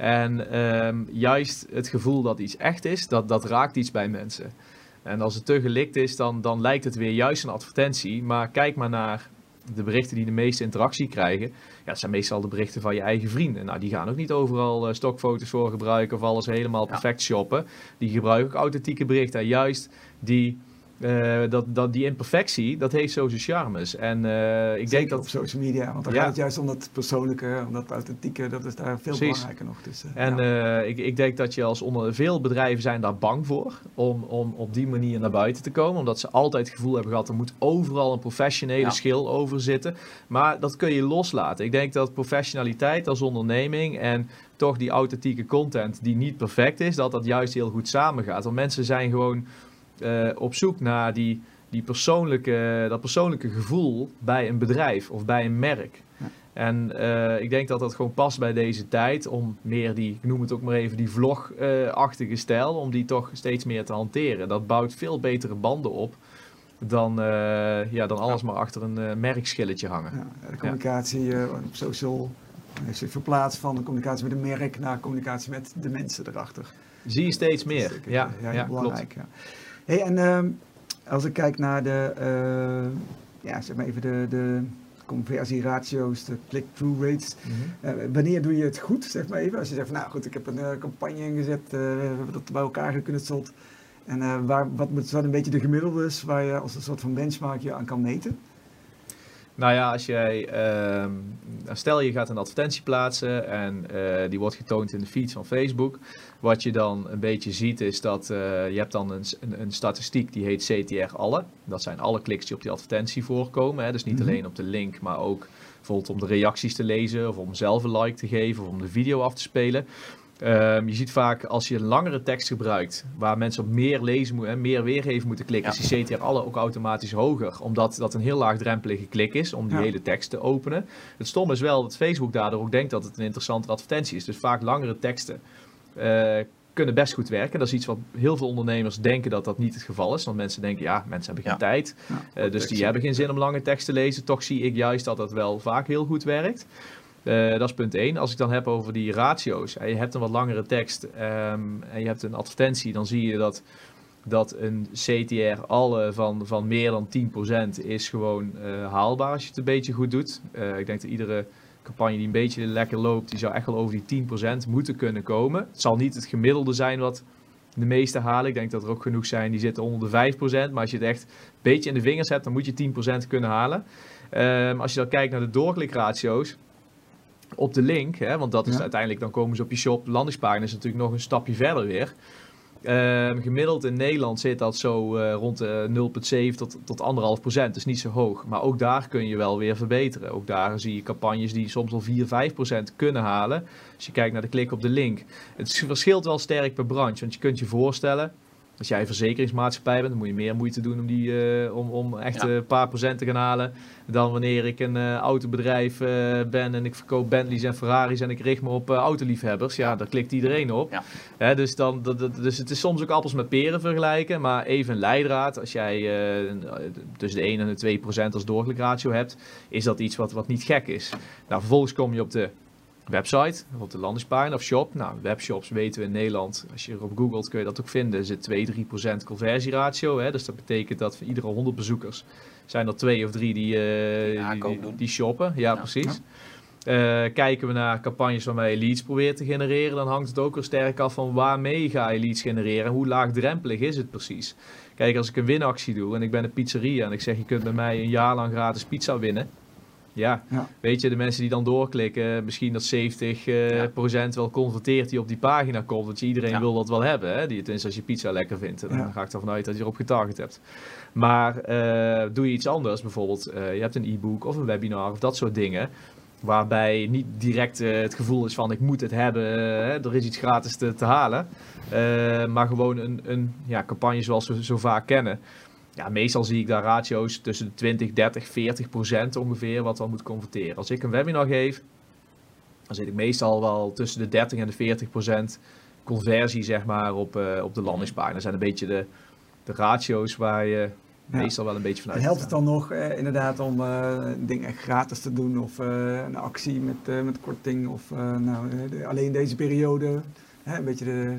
En um, juist het gevoel dat iets echt is, dat, dat raakt iets bij mensen. En als het te gelikt is, dan, dan lijkt het weer juist een advertentie. Maar kijk maar naar de berichten die de meeste interactie krijgen. Ja, dat zijn meestal de berichten van je eigen vrienden. Nou, die gaan ook niet overal uh, stokfoto's voor gebruiken of alles helemaal perfect ja. shoppen. Die gebruiken ook authentieke berichten. En juist die Uh, dat, dat die imperfectie, dat heeft zo zijn charmes. En uh, ik Zeker denk dat op social media, want dan ja. gaat het juist om dat persoonlijke, om dat authentieke, dat is daar veel Precies. belangrijker nog. Dus, uh, en ja. uh, ik, ik denk dat je als onder veel bedrijven zijn daar bang voor om, om op die manier naar buiten te komen, omdat ze altijd het gevoel hebben gehad, er moet overal een professionele ja. schil over zitten. Maar dat kun je loslaten. Ik denk dat professionaliteit als onderneming en toch die authentieke content die niet perfect is, dat dat juist heel goed samengaat. Want mensen zijn gewoon uh, op zoek naar die, die persoonlijke, dat persoonlijke gevoel bij een bedrijf of bij een merk. Ja. En uh, ik denk dat dat gewoon past bij deze tijd om meer die, ik noem het ook maar even, die vlog-achtige uh, stijl, om die toch steeds meer te hanteren. Dat bouwt veel betere banden op dan, uh, ja, dan alles ja. maar achter een uh, merkschilletje hangen. Ja, de communicatie uh, op social heeft zich verplaatst van de communicatie met een merk naar communicatie met de mensen erachter. Zie je steeds meer. Zeker, ja, ja, ja, belangrijk. klopt. Ja. Hey, en uh, als ik kijk naar de, uh, ja, zeg maar even de, de conversieratio's, de click-through rates. Mm-hmm. Uh, wanneer doe je het goed, zeg maar even? Als je zegt van, nou goed, ik heb een uh, campagne ingezet, uh, we hebben dat bij elkaar geknutseld. En uh, waar, wat moet dan een beetje de gemiddelde is, waar je als een soort van benchmark je aan kan meten? Nou ja, als jij, uh, stel je gaat een advertentie plaatsen en uh, die wordt getoond in de feed van Facebook. Wat je dan een beetje ziet is dat uh, je hebt dan een, een, een statistiek die heet C T R alle. Dat zijn alle kliks die op die advertentie voorkomen. Hè? Dus niet mm-hmm. alleen op de link, maar ook bijvoorbeeld om de reacties te lezen of om zelf een like te geven of om de video af te spelen. Um, je ziet vaak als je een langere tekst gebruikt, waar mensen op meer lezen moeten, meer weergeven moeten klikken, ja. is die C T R alle ook automatisch hoger. Omdat dat een heel laagdrempelige klik is om die ja. hele tekst te openen. Het stomme is wel dat Facebook daardoor ook denkt dat het een interessante advertentie is. Dus vaak langere teksten uh, kunnen best goed werken. Dat is iets wat heel veel ondernemers denken dat dat niet het geval is. Want mensen denken, ja, mensen hebben geen ja. tijd. Ja, uh, dus die hebben geen zin om lange tekst te lezen. Toch zie ik juist dat dat wel vaak heel goed werkt. Uh, dat is punt één. Als ik dan heb over die ratio's. En je hebt een wat langere tekst um, en je hebt een advertentie. Dan zie je dat, dat een C T R alle van, van meer dan tien procent is gewoon uh, haalbaar als je het een beetje goed doet. Uh, ik denk dat iedere campagne die een beetje lekker loopt, die zou echt wel over die tien procent moeten kunnen komen. Het zal niet het gemiddelde zijn wat de meeste halen. Ik denk dat er ook genoeg zijn die zitten onder de vijf procent. Maar als je het echt een beetje in de vingers hebt, dan moet je tien procent kunnen halen. Um, als je dan kijkt naar de doorklikratio's op de link, hè, want dat is ja. uiteindelijk, dan komen ze op je shop. Landingspagina is natuurlijk nog een stapje verder weer. Uh, gemiddeld in Nederland zit dat zo uh, rond de nul komma zeven tot, tot anderhalf procent. Dus niet zo hoog. Maar ook daar kun je wel weer verbeteren. Ook daar zie je campagnes die soms al vier, vijf procent kunnen halen. Als je kijkt naar de klik op de link. Het verschilt wel sterk per branche. Want je kunt je voorstellen, als jij een verzekeringsmaatschappij bent, dan moet je meer moeite doen om, die, uh, om, om echt een ja. uh, paar procent te gaan halen. Dan wanneer ik een uh, autobedrijf uh, ben en ik verkoop Bentleys en Ferraris en ik richt me op uh, autoliefhebbers. Ja, daar klikt iedereen op. Ja. Hè, dus, dan, dat, dat, dus het is soms ook appels met peren vergelijken. Maar even een leidraad. Als jij uh, tussen de één en de twee procent als doorklikratio hebt, is dat iets wat, wat niet gek is. Nou, vervolgens kom je op de website, op de landingspagina of shop. Nou, webshops weten we in Nederland, als je erop googelt kun je dat ook vinden, is het twee tot drie procent conversieratio. Hè? Dus dat betekent dat van iedere honderd bezoekers zijn er twee of drie die, uh, ja, die, die, die shoppen. Ja, ja. precies. Ja. Uh, kijken we naar campagnes waarmee je leads probeert te genereren, dan hangt het ook weer sterk af van waarmee ga je leads genereren en hoe laagdrempelig is het precies. Kijk, als ik een winactie doe en ik ben een pizzeria en ik zeg je kunt bij mij een jaar lang gratis pizza winnen. Ja. ja, weet je, de mensen die dan doorklikken, misschien dat zeventig procent uh, ja. wel converteert die op die pagina komt, want iedereen ja. wil dat wel hebben, hè? Die, tenminste als je pizza lekker vindt, dan ja. ga ik ervan uit dat je erop getarget hebt. Maar uh, doe je iets anders, bijvoorbeeld uh, je hebt een e-book of een webinar of dat soort dingen, waarbij niet direct uh, het gevoel is van ik moet het hebben, uh, er is iets gratis te, te halen, uh, maar gewoon een, een ja, campagne zoals we zo vaak kennen. Ja, meestal zie ik daar ratio's tussen de twintig, dertig, veertig procent ongeveer wat dan moet converteren. Als ik een webinar geef, dan zit ik meestal wel tussen de dertig en de veertig procent conversie zeg maar op, uh, op de landingspagina. Dat zijn een beetje de, de ratio's waar je ja. meestal wel een beetje vanuit helpt het dan nog eh, inderdaad om uh, dingen gratis te doen of uh, een actie met, uh, met korting of uh, nou, de, alleen deze periode, hè, een beetje de...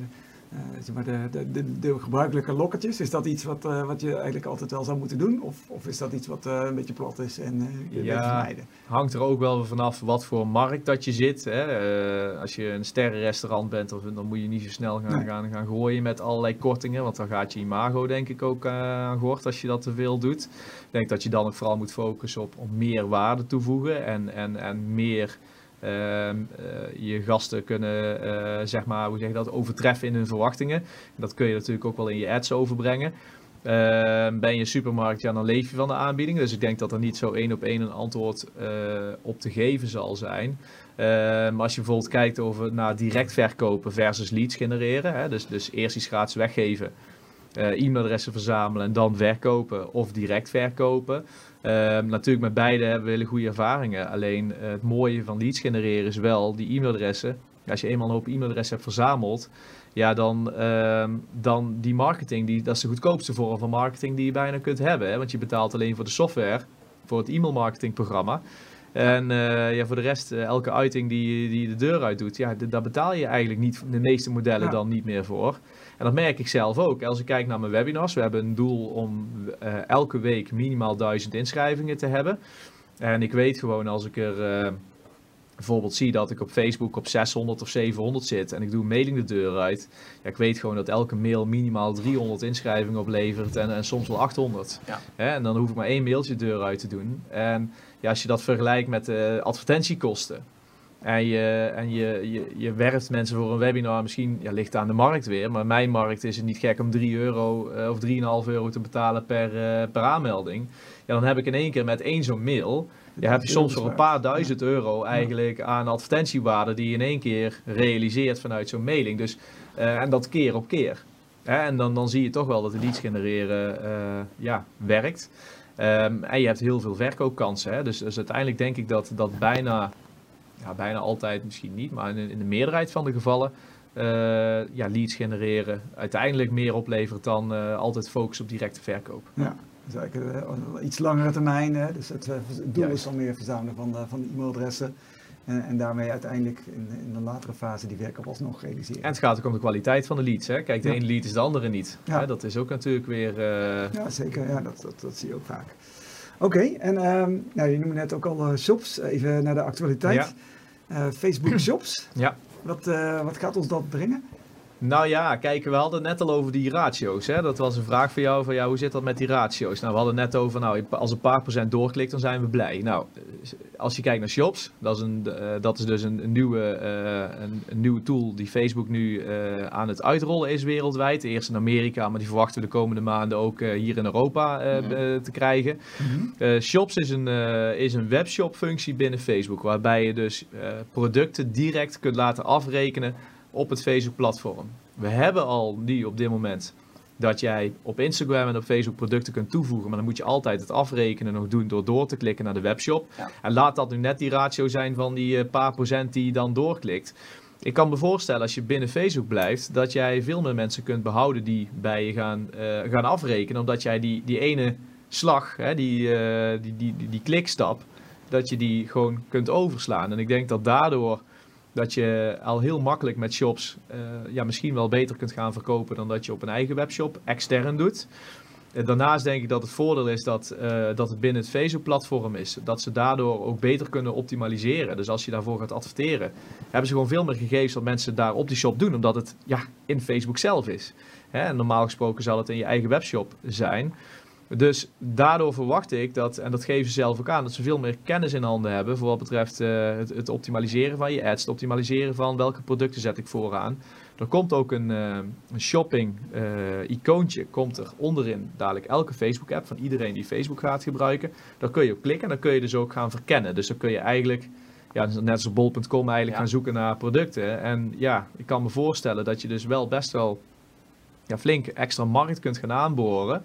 Uh, zeg maar de, de, de, de gebruikelijke lokkertjes, is dat iets wat, uh, wat je eigenlijk altijd wel zou moeten doen? Of, of is dat iets wat uh, een beetje plat is en uh, je ja, weet vermijden? Hangt er ook wel vanaf wat voor markt dat je zit. Hè. Uh, als je een sterrenrestaurant bent, of, dan moet je niet zo snel gaan, nee. gaan, gaan gooien met allerlei kortingen. Want dan gaat je imago denk ik ook uh, aan gort als je dat te veel doet. Ik denk dat je dan ook vooral moet focussen op, op meer waarde toevoegen en, en, en meer... Uh, uh, je gasten kunnen, uh, zeg maar, hoe zeg je dat, overtreffen in hun verwachtingen. En dat kun je natuurlijk ook wel in je ads overbrengen. Uh, ben je een supermarkt, ja, dan leef je van de aanbieding. Dus ik denk dat er niet zo één op één een antwoord uh, op te geven zal zijn. Uh, maar als je bijvoorbeeld kijkt over naar direct verkopen versus leads genereren. Hè, dus, dus eerst iets gratis weggeven, uh, e-mailadressen verzamelen en dan verkopen of direct verkopen. Uh, natuurlijk met beide hebben we hele goede ervaringen. Alleen uh, het mooie van leads genereren is wel die e-mailadressen. Als je eenmaal een hoop e-mailadressen hebt verzameld, ja, dan, uh, dan die marketing, die, dat is de goedkoopste vorm van marketing die je bijna kunt hebben. Hè? Want je betaalt alleen voor de software, voor het e-mailmarketingprogramma. En uh, ja, voor de rest, uh, elke uiting die, die je de deur uit doet, ja, d- daar betaal je eigenlijk niet, de meeste modellen ja. dan niet meer voor. En dat merk ik zelf ook. Als ik kijk naar mijn webinars, we hebben een doel om uh, elke week minimaal duizend inschrijvingen te hebben. En ik weet gewoon als ik er uh, bijvoorbeeld zie dat ik op Facebook op zeshonderd of zevenhonderd zit en ik doe een mailing de deur uit. Ja, ik weet gewoon dat elke mail minimaal driehonderd inschrijvingen oplevert en, en soms wel achthonderd. Ja. Hè? En dan hoef ik maar één mailtje de deur uit te doen. En ja, als je dat vergelijkt met de advertentiekosten. En, je, en je, je, je werft mensen voor een webinar, misschien ja, ligt aan de markt weer, maar mijn markt is het niet gek om drie euro uh, of drie komma vijf euro te betalen per, uh, per aanmelding. Ja, dan heb ik in één keer met één zo'n mail, ja, heb je soms voor een paar duizend euro eigenlijk aan advertentiewaarde die je in één keer realiseert vanuit zo'n mailing. Dus, uh, en dat keer op keer. Hè? En dan, dan zie je toch wel dat de leads genereren uh, ja, werkt. Um, en je hebt heel veel verkoopkansen. Hè? Dus, dus uiteindelijk denk ik dat, dat bijna... Ja, bijna altijd misschien niet, maar in, in de meerderheid van de gevallen uh, ja, leads genereren uiteindelijk meer oplevert dan uh, altijd focussen op directe verkoop. Ja, dus eigenlijk uh, iets langere termijn, hè? Dus het, uh, het doel Juist. is dan meer verzamelen van de, van de e-mailadressen en, en daarmee uiteindelijk in, in een latere fase die verkoop alsnog realiseren. En het gaat ook om de kwaliteit van de leads. Hè? Kijk, de ja. ene lead is de andere niet. Ja. Hè? Dat is ook natuurlijk weer... Uh... Ja, zeker. Ja, dat, dat, dat zie je ook vaak. Oké, okay, en um, nou, je noemde net ook al uh, shops, even naar de actualiteit. Ja. Uh, Facebook Shops, ja. wat, uh, wat gaat ons dat brengen? Nou ja, kijk, we hadden het net al over die ratio's. Hè? Dat was een vraag voor jou, van ja, hoe zit dat met die ratio's? Nou, we hadden het net over, nou, als een paar procent doorklikt, dan zijn we blij. Nou, als je kijkt naar Shops, dat is, een, uh, dat is dus een, een, nieuwe, uh, een, een nieuwe tool die Facebook nu uh, aan het uitrollen is wereldwijd. Eerst in Amerika, maar die verwachten we de komende maanden ook uh, hier in Europa uh, mm-hmm. uh, te krijgen. Mm-hmm. Uh, Shops is een, uh, is een webshop functie binnen Facebook, waarbij je dus uh, producten direct kunt laten afrekenen op het Facebook-platform. We hebben al nu op dit moment dat jij op Instagram en op Facebook producten kunt toevoegen, maar dan moet je altijd het afrekenen nog doen door door te klikken naar de webshop. Ja. En laat dat nu net die ratio zijn van die paar procent die je dan doorklikt. Ik kan me voorstellen als je binnen Facebook blijft, dat jij veel meer mensen kunt behouden die bij je gaan, uh, gaan afrekenen, omdat jij die, die ene slag, hè, die, uh, die, die, die, die klikstap, dat je die gewoon kunt overslaan. En ik denk dat daardoor dat je al heel makkelijk met shops uh, ja, misschien wel beter kunt gaan verkopen dan dat je op een eigen webshop extern doet. Uh, daarnaast denk ik dat het voordeel is dat, uh, dat het binnen het Facebook-platform is. Dat ze daardoor ook beter kunnen optimaliseren. Dus als je daarvoor gaat adverteren, hebben ze gewoon veel meer gegevens dat mensen daar op die shop doen. Omdat het ja, in Facebook zelf is. Hè? En normaal gesproken zal het in je eigen webshop zijn. Dus daardoor verwacht ik dat, en dat geven ze zelf ook aan, dat ze veel meer kennis in handen hebben voor wat betreft uh, het, het optimaliseren van je ads, het optimaliseren van welke producten zet ik vooraan. Er komt ook een, uh, een shopping uh, icoontje, komt er onderin dadelijk elke Facebook app van iedereen die Facebook gaat gebruiken. Daar kun je op klikken en dan kun je dus ook gaan verkennen. Dus dan kun je eigenlijk, ja, net als bol punt com eigenlijk ja. gaan zoeken naar producten. En ja, ik kan me voorstellen dat je dus wel best wel ja, flink extra markt kunt gaan aanboren.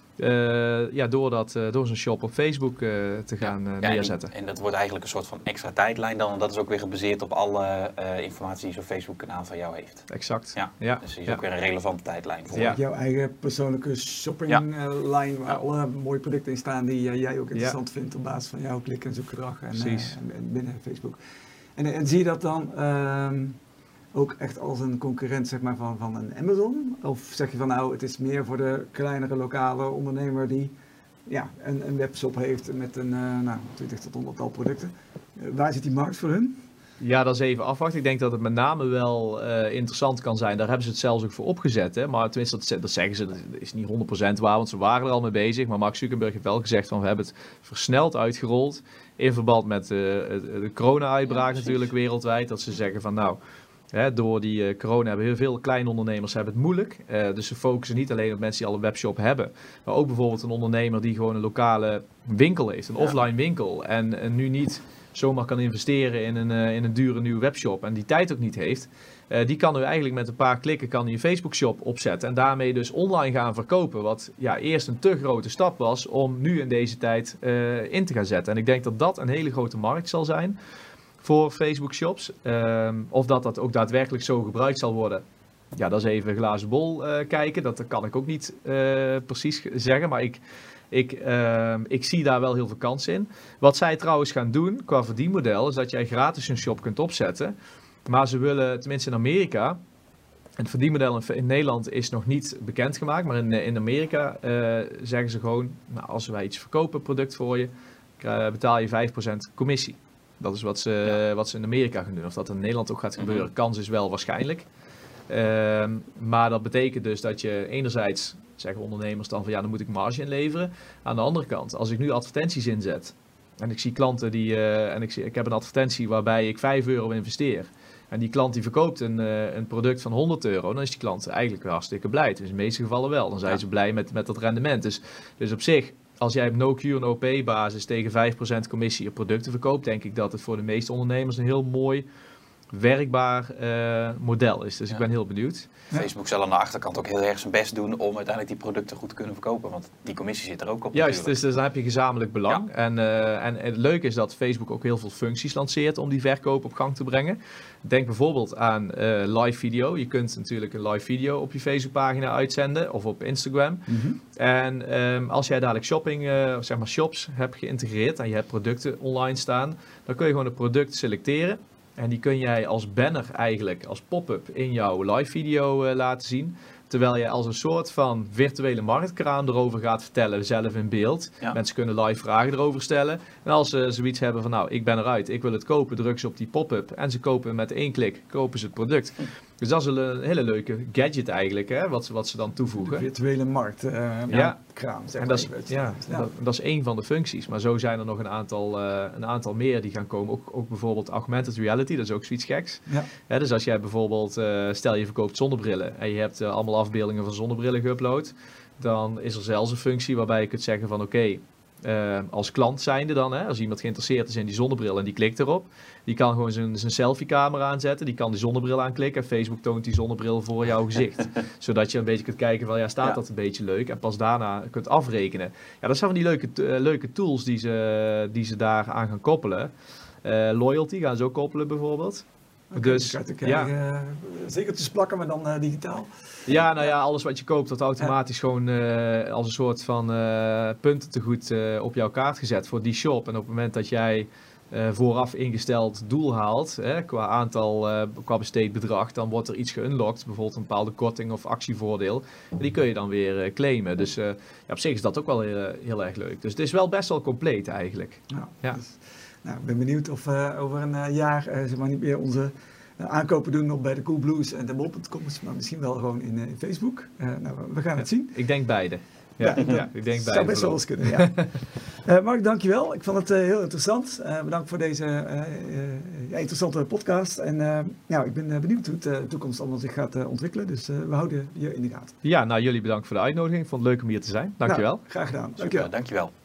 Uh, ja, door, dat, uh, door zo'n shop op Facebook uh, te gaan uh, ja, neerzetten. En, en dat wordt eigenlijk een soort van extra tijdlijn dan. En dat is ook weer gebaseerd op alle uh, informatie die zo'n Facebook kanaal van jou heeft. Exact. Ja. Ja. Dus die is ja. ook weer een relevante tijdlijn voor ja. Jouw eigen persoonlijke shoppinglijn ja. uh, waar ja. alle mooie producten in staan die uh, jij ook interessant ja. vindt op basis van jouw klik- en zoekgedrag en, uh, en, en binnen Facebook. En, en zie je dat dan... Uh, ook echt als een concurrent zeg maar, van, van een Amazon? Of zeg je van nou, het is meer voor de kleinere lokale ondernemer die ja, een, een webshop heeft met een uh, nou, twintig tot honderdtal producten. Uh, waar zit die markt voor hun? Ja, dat is even afwachten. Ik denk dat het met name wel uh, interessant kan zijn. Daar hebben ze het zelfs ook voor opgezet. Hè? Maar tenminste, dat, dat zeggen ze, dat is niet honderd procent waar, want ze waren er al mee bezig. Maar Mark Zuckerberg heeft wel gezegd van we hebben het versneld uitgerold. In verband met uh, de corona-uitbraak ja, natuurlijk wereldwijd. Dat ze zeggen van nou, hè, door die uh, corona hebben heel veel kleine ondernemers hebben het moeilijk. Uh, dus ze focussen niet alleen op mensen die al een webshop hebben. Maar ook bijvoorbeeld een ondernemer die gewoon een lokale winkel heeft. Een ja. offline winkel. En, en nu niet zomaar kan investeren in een, uh, in een dure nieuwe webshop en die tijd ook niet heeft, uh, die kan nu eigenlijk met een paar klikken kan die een Facebook shop opzetten en daarmee dus online gaan verkopen, wat ja, eerst een te grote stap was om nu in deze tijd uh, in te gaan zetten. En ik denk dat dat een hele grote markt zal zijn voor Facebook shops. Uh, of dat dat ook daadwerkelijk zo gebruikt zal worden, ja, dat is even een glazen bol uh, kijken. Dat kan ik ook niet uh, precies zeggen, maar ik Ik, uh, ik zie daar wel heel veel kansen in. Wat zij trouwens gaan doen qua verdienmodel is dat jij gratis een shop kunt opzetten. Maar ze willen, tenminste in Amerika, het verdienmodel in, in Nederland is nog niet bekendgemaakt. Maar in, in Amerika uh, zeggen ze gewoon, nou, als wij iets verkopen, een product voor je, betaal je vijf procent commissie. Dat is wat ze, ja. wat ze in Amerika gaan doen. Of dat in Nederland ook gaat gebeuren, mm-hmm. kans is wel waarschijnlijk. Uh, maar dat betekent dus dat je enerzijds, zeggen ondernemers dan van ja, dan moet ik marge inleveren. Aan de andere kant, als ik nu advertenties inzet en ik zie klanten die, uh, en ik, zie, ik heb een advertentie waarbij ik vijf euro investeer. En die klant die verkoopt een, uh, een product van honderd euro, dan is die klant eigenlijk wel hartstikke blij. Dus in de meeste gevallen wel. Dan zijn ja. ze blij met, met dat rendement. Dus, dus op zich, als jij op no-cure, no-pay basis tegen vijf procent commissie op producten verkoopt, denk ik dat het voor de meeste ondernemers een heel mooi werkbaar uh, model is. Dus ja. ik ben heel benieuwd. Facebook zal aan de achterkant ook heel erg zijn best doen om uiteindelijk die producten goed te kunnen verkopen. Want die commissie zit er ook op. Juist, dus, dus dan heb je gezamenlijk belang. Ja. En, uh, en het leuke is dat Facebook ook heel veel functies lanceert om die verkoop op gang te brengen. Denk bijvoorbeeld aan uh, live video. Je kunt natuurlijk een live video op je Facebookpagina uitzenden of op Instagram. Mm-hmm. En um, als jij dadelijk shopping, uh, zeg maar shops hebt geïntegreerd en je hebt producten online staan, dan kun je gewoon het product selecteren. En die kun jij als banner eigenlijk, als pop-up in jouw live video uh, laten zien. Terwijl je als een soort van virtuele marktkraam erover gaat vertellen, zelf in beeld. Ja. Mensen kunnen live vragen erover stellen. En als ze zoiets hebben van nou, ik ben eruit, ik wil het kopen, druk ze op die pop-up. En ze kopen met één klik, kopen ze het product. Dus dat is een hele leuke gadget eigenlijk, hè, wat, wat ze dan toevoegen. De virtuele marktkraam, uh, ja. kraam, zeg en dat, is, ja, ja. Dat, dat is één van de functies. Maar zo zijn er nog een aantal, uh, een aantal meer die gaan komen. Ook, ook bijvoorbeeld augmented reality, dat is ook zoiets geks. Ja. Ja, dus als jij bijvoorbeeld, uh, stel je verkoopt zonnebrillen en je hebt uh, allemaal afbeeldingen van zonnebrillen geüpload, dan is er zelfs een functie waarbij je kunt zeggen van oké, okay, Uh, als klant zijnde dan, hè, als iemand geïnteresseerd is in die zonnebril en die klikt erop, die kan gewoon zijn, zijn selfie-camera aanzetten, die kan die zonnebril aanklikken en Facebook toont die zonnebril voor jouw gezicht. Zodat je een beetje kunt kijken van, ja, staat ja. dat een beetje leuk? En pas daarna kunt afrekenen. Ja, dat zijn van die leuke, uh, leuke tools die ze, die ze daar aan gaan koppelen. Uh, loyalty gaan ze ook koppelen bijvoorbeeld. Okay, dus, dus ja. uh, zekertjes plakken, maar dan uh, digitaal. Ja, nou ja, alles wat je koopt wordt automatisch ja. gewoon uh, als een soort van uh, puntentegoed uh, op jouw kaart gezet voor die shop. En op het moment dat jij uh, vooraf ingesteld doel haalt, hè, qua aantal, uh, qua besteed bedrag, dan wordt er iets geunlocked, bijvoorbeeld een bepaalde korting of actievoordeel. En die kun je dan weer uh, claimen. Dus uh, ja, op zich is dat ook wel heel, heel erg leuk. Dus het is wel best wel compleet eigenlijk. Ja, ja. Dus, nou, ik ben benieuwd of uh, over een uh, jaar uh, zeg maar niet meer onze uh, aankopen doen op bij de Coolblues en de mol punt com, maar misschien wel gewoon in, uh, in Facebook. Uh, nou, we gaan het zien. Ik denk beide. Ja, ja, ja ik denk beide. Zou best wel eens kunnen, ja. uh, Mark, dankjewel. Ik vond het uh, heel interessant. Uh, bedankt voor deze uh, uh, ja, interessante podcast. En uh, nou, ik ben uh, benieuwd hoe het uh, de toekomst allemaal zich gaat uh, ontwikkelen. Dus uh, we houden je in de gaten. Ja, nou jullie bedankt voor de uitnodiging. Ik vond het leuk om hier te zijn. Dankjewel. Nou, graag gedaan. Dankjewel. Dankjewel.